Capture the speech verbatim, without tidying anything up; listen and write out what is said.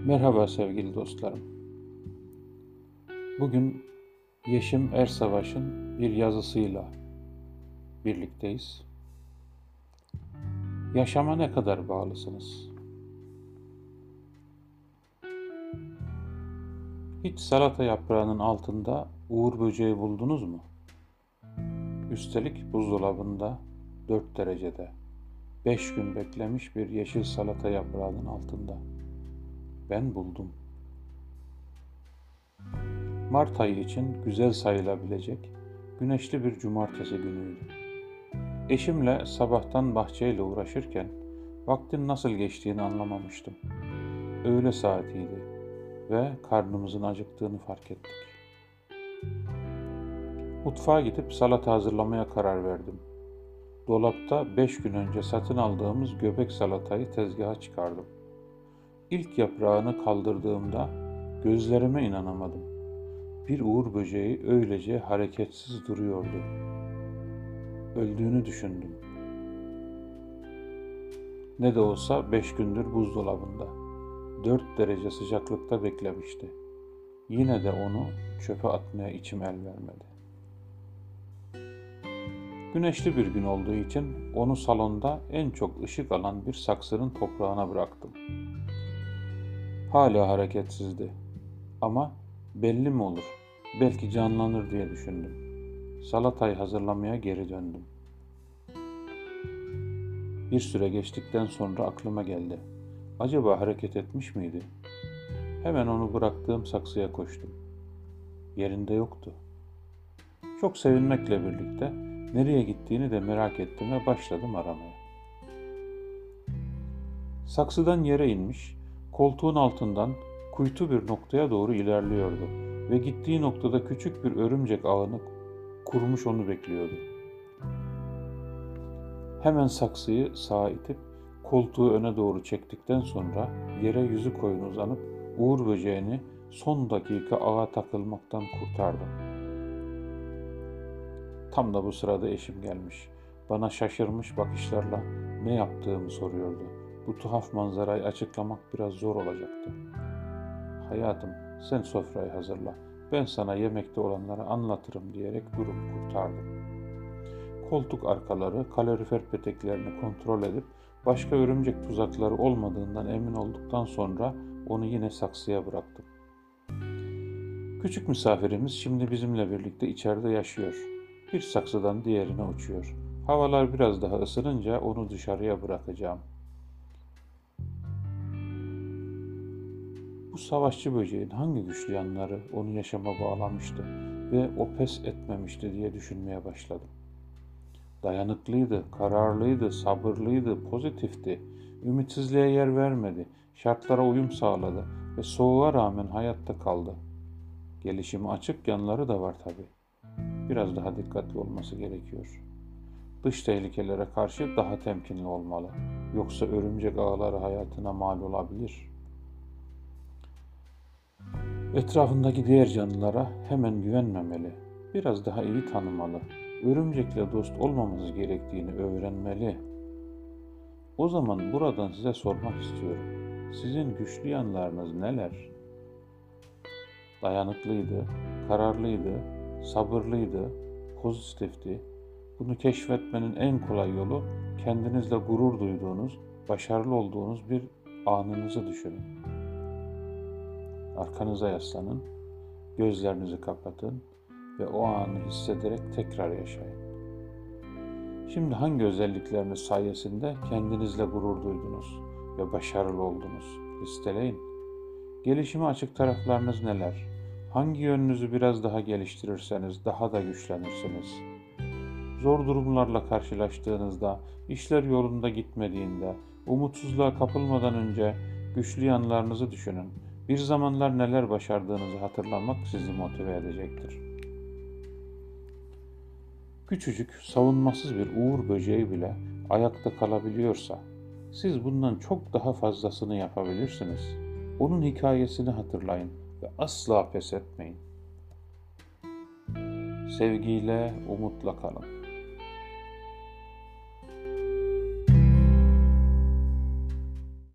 Merhaba sevgili dostlarım. Bugün Yeşim Ersavaş'ın bir yazısıyla birlikteyiz. Yaşama ne kadar bağlısınız? Hiç salata yaprağının altında uğur böceği buldunuz mu? Üstelik buzdolabında dört derecede beş gün beklemiş bir yeşil salata yaprağının altında. Ben buldum. Mart ayı için güzel sayılabilecek güneşli bir cumartesi günüydü. Eşimle sabahtan bahçeyle uğraşırken vaktin nasıl geçtiğini anlamamıştım. Öğle saatiydi ve karnımızın acıktığını fark ettik. Mutfağa gidip salata hazırlamaya karar verdim. Dolapta beş gün önce satın aldığımız göbek salatayı tezgaha çıkardım. İlk yaprağını kaldırdığımda gözlerime inanamadım. Bir uğur böceği öylece hareketsiz duruyordu. Öldüğünü düşündüm. Ne de olsa beş gündür buzdolabında, dört derece sıcaklıkta beklemişti. Yine de onu çöpe atmaya içim el vermedi. Güneşli bir gün olduğu için onu salonda en çok ışık alan bir saksının toprağına bıraktım. Hala hareketsizdi. Ama belli mi olur, belki canlanır diye düşündüm. Salatayı hazırlamaya geri döndüm. Bir süre geçtikten sonra aklıma geldi. Acaba hareket etmiş miydi? Hemen onu bıraktığım saksıya koştum. Yerinde yoktu. Çok sevinmekle birlikte nereye gittiğini de merak ettim ve başladım aramaya. Saksıdan yere inmiş, koltuğun altından kuytu bir noktaya doğru ilerliyordu ve gittiği noktada küçük bir örümcek ağını kurmuş onu bekliyordu. Hemen saksıyı sağa itip koltuğu öne doğru çektikten sonra yere yüzü koyun uzanıp uğur böceğini son dakika ağa takılmaktan kurtardım. Tam da bu sırada eşim gelmiş. Bana şaşırmış bakışlarla ne yaptığımı soruyordu. Bu tuhaf manzarayı açıklamak biraz zor olacaktı. Hayatım, sen sofrayı hazırla. Ben sana yemekte olanları anlatırım diyerek durumu kurtardım. Koltuk arkaları, kalorifer peteklerini kontrol edip başka örümcek tuzakları olmadığından emin olduktan sonra onu yine saksıya bıraktım. Küçük misafirimiz şimdi bizimle birlikte içeride yaşıyor. Bir saksıdan diğerine uçuyor. Havalar biraz daha ısınınca onu dışarıya bırakacağım. Bu savaşçı böceğin hangi güçlü yanları onu yaşama bağlamıştı ve o pes etmemişti diye düşünmeye başladım. Dayanıklıydı, kararlıydı, sabırlıydı, pozitifti, ümitsizliğe yer vermedi, şartlara uyum sağladı ve soğuğa rağmen hayatta kaldı. Gelişimi açık yanları da var tabii. Biraz daha dikkatli olması gerekiyor. Dış tehlikelere karşı daha temkinli olmalı. Yoksa örümcek ağları hayatına mal olabilir. Etrafındaki diğer canlılara hemen güvenmemeli. Biraz daha iyi tanımalı. Örümcekle dost olmamız gerektiğini öğrenmeli. O zaman buradan size sormak istiyorum. Sizin güçlü yanlarınız neler? Dayanıklıydı, kararlıydı, sabırlıydı, pozitifti. Bunu keşfetmenin en kolay yolu kendinizle gurur duyduğunuz, başarılı olduğunuz bir anınızı düşünün. Arkanıza yaslanın, gözlerinizi kapatın ve o anı hissederek tekrar yaşayın. Şimdi hangi özellikleriniz sayesinde kendinizle gurur duydunuz ve başarılı oldunuz? Listeleyin. Gelişime açık taraflarınız neler? Hangi yönünüzü biraz daha geliştirirseniz daha da güçlenirsiniz? Zor durumlarla karşılaştığınızda, işler yolunda gitmediğinde, umutsuzluğa kapılmadan önce güçlü yanlarınızı düşünün. Bir zamanlar neler başardığınızı hatırlamak sizi motive edecektir. Küçücük, savunmasız bir uğur böceği bile ayakta kalabiliyorsa, siz bundan çok daha fazlasını yapabilirsiniz. Onun hikayesini hatırlayın ve asla pes etmeyin. Sevgiyle, umutla kalın.